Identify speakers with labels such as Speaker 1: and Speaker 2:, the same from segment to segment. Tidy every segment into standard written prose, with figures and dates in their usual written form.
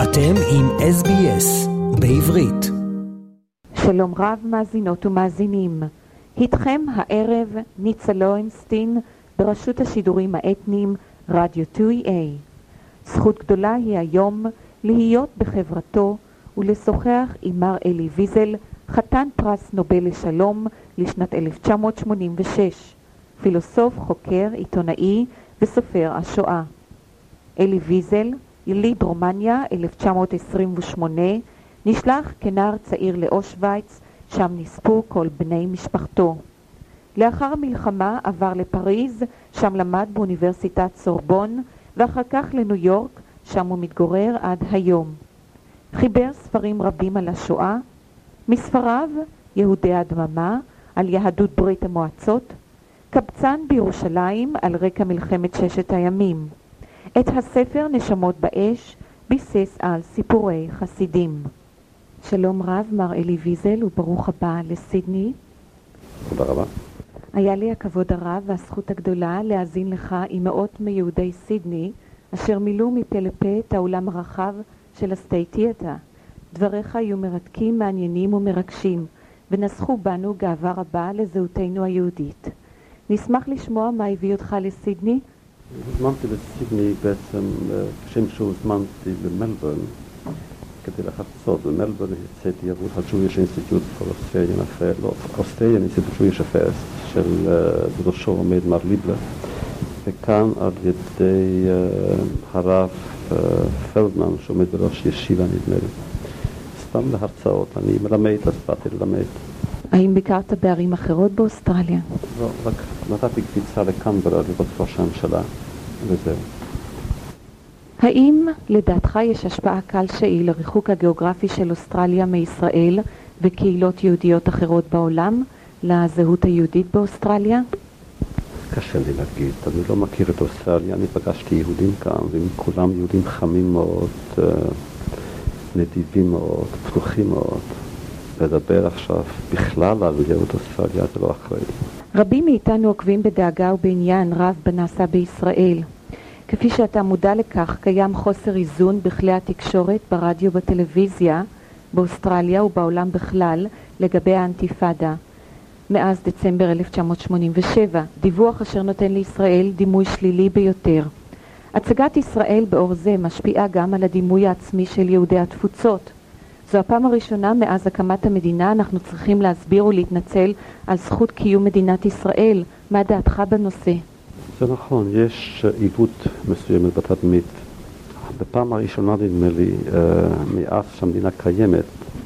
Speaker 1: אתם עם SBS בעברית.
Speaker 2: שלום רב מאזינות ומאזינים. איתכם הערב ניצה לוינסטין ברשות השידורים האתניים רדיו 2EA. זכות גדולה היא היום להיות בחברתו ולשוחח עם מר אלי ויזל, חתן פרס נובל לשלום לשנת 1986, פילוסוף, חוקר, עיתונאי וסופר השואה. אלי ויזל, יליד רומניה 1928, נשלח כנער צעיר לאושוויץ, שם נספו כל בני משפחתו. לאחר המלחמה עבר לפריז, שם למד באוניברסיטת סורבון, ואחר כך לניו יורק, שם הוא מתגורר עד היום. חיבר ספרים רבים על השואה, מספריו יהודי הדממה, על יהדות ברית המועצות, קבצן בירושלים על רקע מלחמת ששת הימים. את הספר נשמות באש ביסס על סיפורי חסידים. שלום רב מר אלי ויזל וברוך הבא לסידני.
Speaker 3: תודה רבה.
Speaker 2: היה לי הכבוד הרב והזכות הגדולה להאזין לך עם מאות מיהודי סידני אשר מילאו מפה לפה את האולם הרחב של הסטייט תיאטר. דבריך היו מרתקים, מעניינים ומרגשים ונסחו בנו גאווה רבה לזהותנו היהודית. נשמח לשמוע מה הביא אותך לסידני.
Speaker 3: הוזמנתי לסידני בעצם כשם שהוזמנתי למלבורן כדי לחצות. במלבורן הרציתי עבור ה-Jewish Institute for Australian Affairs, לא, Australian Institute for Jewish Affairs, בראשו עומד מר ליבלר, וכאן על ידי הרב פלדמן שעומד בראש ישיבה נדמה לי. סתם להרצאות, אני מלמד, אז באתי ללמד.
Speaker 2: האם ביקרת בערים אחרות באוסטרליה?
Speaker 3: לא, רק נתתי קפיצה לקנברה לראות ראש הממשלה, וזהו.
Speaker 2: האם לדעתך יש השפעה כלשהי לריחוק הגיאוגרפי של אוסטרליה מישראל וקהילות יהודיות אחרות בעולם, לזהות היהודית באוסטרליה?
Speaker 3: קשה לי להגיד, אני לא מכיר את אוסטרליה, אני פגשתי יהודים כאן, וכולם יהודים חמים מאוד, נדיבים מאוד, פתוחים מאוד. לדבר עכשיו בכלל על יהדות אוסטרליה זה לא אחראי.
Speaker 2: רבים מאיתנו עוקבים בדאגה ובעניין רב בנעשה בישראל. כפי שאתה מודע לכך, קיים חוסר איזון בכלי התקשורת, ברדיו, בטלוויזיה, באוסטרליה ובעולם בכלל, לגבי האנטיפאדה. מאז דצמבר 1987, דיווח אשר נותן לישראל דימוי שלילי ביותר. הצגת ישראל באור זה משפיעה גם על הדימוי העצמי של יהודי התפוצות. זו הפעם הראשונה מאז הקמת המדינה אנחנו צריכים להסביר ולהתנצל על זכות קיום מדינת ישראל. מה דעתך בנושא?
Speaker 3: זה נכון, יש עיוות מסוימת בתדמית. בפעם הראשונה נדמה לי, מאז שהמדינה קיימת,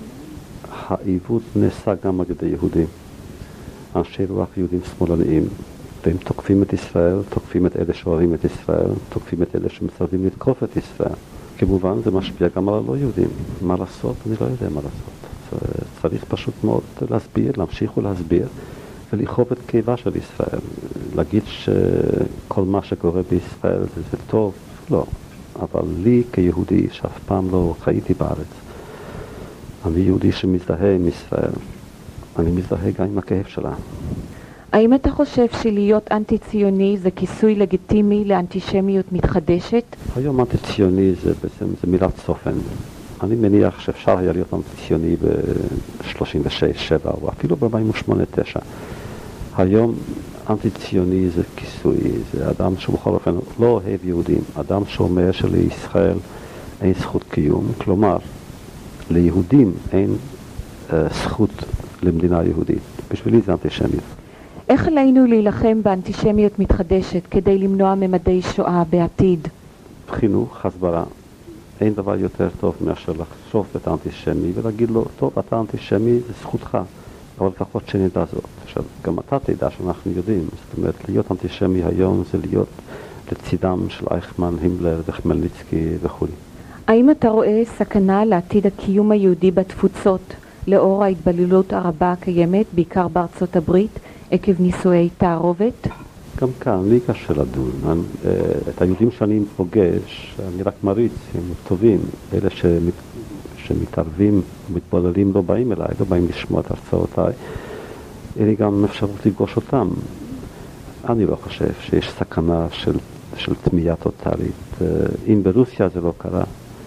Speaker 3: העיוות נעשה גם על ידי יהודים. אנשי רוח יהודים שמאלניים, והם תוקפים את ישראל, תוקפים את אלה שאוהבים את ישראל, תוקפים את אלה שמסרבים לתקוף את ישראל. כמובן זה משפיע גם על הלא יהודים. מה לעשות? אני לא יודע מה לעשות. צריך פשוט מאוד להסביר, להמשיך ולהסביר ולכאוב את כאבה של ישראל. להגיד שכל מה שקורה בישראל זה טוב? לא. אבל לי כיהודי שאף פעם לא חייתי בארץ, אני יהודי שמזדהה עם ישראל. אני מזדהה גם עם הכאב שלה.
Speaker 2: האם אתה חושב שלהיות אנטי-ציוני זה כיסוי לגיטימי לאנטישמיות מתחדשת?
Speaker 3: היום אנטי-ציוני זה מילת צופן. אני מניח שאפשר היה להיות אנטי-ציוני ב-36, 7 או אפילו ב-48, 9. היום אנטי-ציוני זה כיסוי, זה אדם שבכל אופן לא אוהב יהודים, אדם שאומר שלישראל אין זכות קיום, כלומר ליהודים אין זכות למדינה יהודית. בשבילי זה אנטישמיות.
Speaker 2: איך עלינו להילחם באנטישמיות מתחדשת כדי למנוע ממדי שואה בעתיד?
Speaker 3: חינוך, הסברה. אין דבר יותר טוב מאשר לחשוף את האנטישמי ולהגיד לו, טוב, אתה אנטישמי, זה זכותך, אבל לפחות שנדע זאת. עכשיו, גם אתה תדע שאנחנו יודעים. זאת אומרת, להיות אנטישמי היום זה להיות לצידם של אייכמן, הימלר וחמלניצקי וכו'.
Speaker 2: האם אתה רואה סכנה לעתיד הקיום היהודי בתפוצות לאור ההתבוללות הרבה הקיימת, בעיקר בארצות הברית, עקב נישואי תערובת?
Speaker 3: גם כאן, לי קשה לדון. את היהודים שאני פוגש, אני רק מריץ, הם טובים. אלה שמתערבים ומתבוללים לא באים אליי, לא באים לשמוע את הרצאותיי. אין לי גם אפשרות לפגוש אותם. אני לא חושב שיש סכנה של תמייה טוטלית. אם ברוסיה זה לא קרה,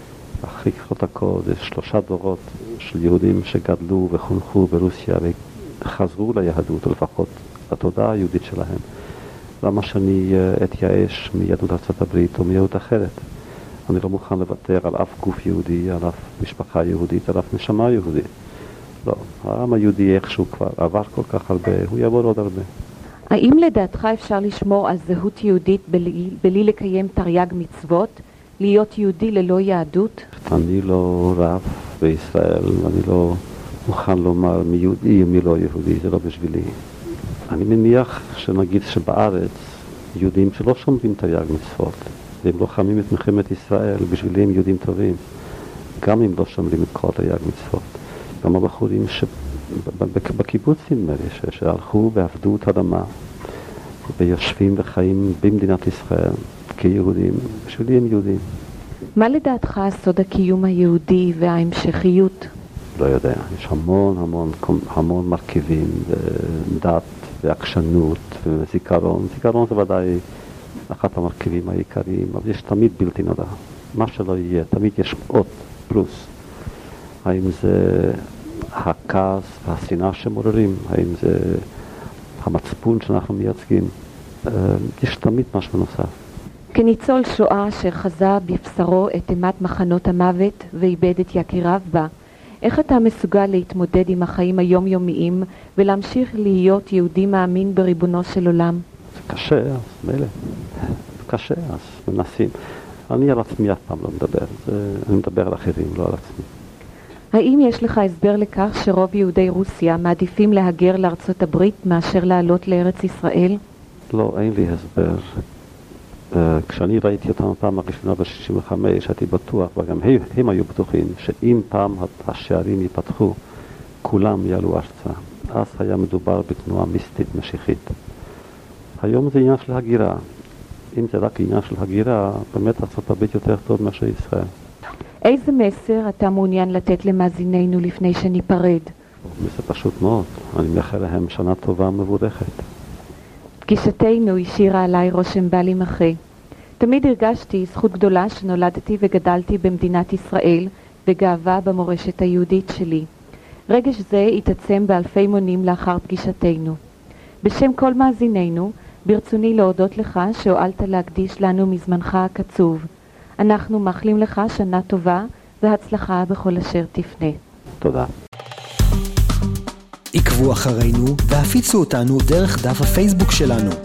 Speaker 3: הכי כפות הכל, זה 3 דורות של יהודים שגדלו וחונכו ברוסיה וחזרו ליהדות, או לפחות לתודעה היהודית שלהם. למה שאני אתייאש מיהדות ארצות הברית או מיהדות אחרת? אני לא מוכן לוותר על אף גוף יהודי, על אף משפחה יהודית, על אף נשמה יהודית. לא, העם היהודי איכשהו כבר עבר כל כך הרבה, הוא יעבור עוד הרבה.
Speaker 2: האם לדעתך אפשר לשמור על זהות יהודית בלי לקיים תרי"ג מצוות? להיות יהודי ללא יהדות?
Speaker 3: אני לא רב בישראל, אני לא מוכן לומר מי יהודי ומי לא יהודי, זה לא בשבילי. אני מניח שנגיד שבארץ יהודים שלא שומרים תרי"ג מצוות, והם לוחמים את מלחמת ישראל, בשבילי הם יהודים טובים, גם אם לא שומרים את כל תרי"ג מצוות. גם הבחורים בקיבוץ נדמה לי, שהלכו ועבדו את האדמה, ויושבים וחיים במדינת ישראל כיהודים, בשבילי הם יהודים.
Speaker 2: מה לדעתך סוד הקיום היהודי וההמשכיות?
Speaker 3: לא יודע, יש המון מרכיבים, דת ועקשנות וזיכרון. זיכרון זה ודאי אחת המרכיבים העיקריים, אבל יש תמיד בלתי נודע. מה שלא יהיה, תמיד יש אות פלוס. האם זה הכעס והשנאה שמעוררים, האם זה המצפון שאנחנו מייצגים, יש תמיד משהו נוסף.
Speaker 2: כניצול שואה שחזה בבשרו את אימת מחנות המוות ואיבד את יקיריו בה, איך אתה מסוגל להתמודד עם החיים היומיומיים ולהמשיך להיות יהודי מאמין בריבונו של עולם?
Speaker 3: זה קשה, אז מילא. זה קשה, אז מנסים. אני על עצמי אף פעם לא מדבר, אני מדבר על אחרים, לא על עצמי.
Speaker 2: האם יש לך הסבר לכך שרוב יהודי רוסיה מעדיפים להגר לארצות הברית מאשר לעלות לארץ ישראל?
Speaker 3: לא, אין לי הסבר. כשאני ראיתי אותם הפעם הראשונה ב-65, הייתי בטוח, וגם הם היו בטוחים, שאם פעם השערים ייפתחו, כולם יעלו ארצה. אז היה מדובר בתנועה מיסטית משיחית. היום זה עניין של הגירה. אם זה רק עניין של הגירה, באמת ארצות הברית יותר טוב מאשר ישראל.
Speaker 2: איזה מסר אתה מעוניין לתת למאזינינו לפני שניפרד?
Speaker 3: זה פשוט מאוד. אני מאחל להם שנה טובה מבורכת.
Speaker 2: פגישתנו השאירה עליי רושם בל יימחה. תמיד הרגשתי זכות גדולה שנולדתי וגדלתי במדינת ישראל וגאווה במורשת היהודית שלי. רגש זה התעצם באלפי מונים לאחר פגישתנו. בשם כל מאזינינו, ברצוני להודות לך שהואלת להקדיש לנו מזמנך הקצוב. אנחנו מאחלים לך שנה טובה והצלחה בכל אשר תפנה.
Speaker 3: תודה.
Speaker 1: עקבו אחרינו והפיצו אותנו דרך דף הפייסבוק שלנו.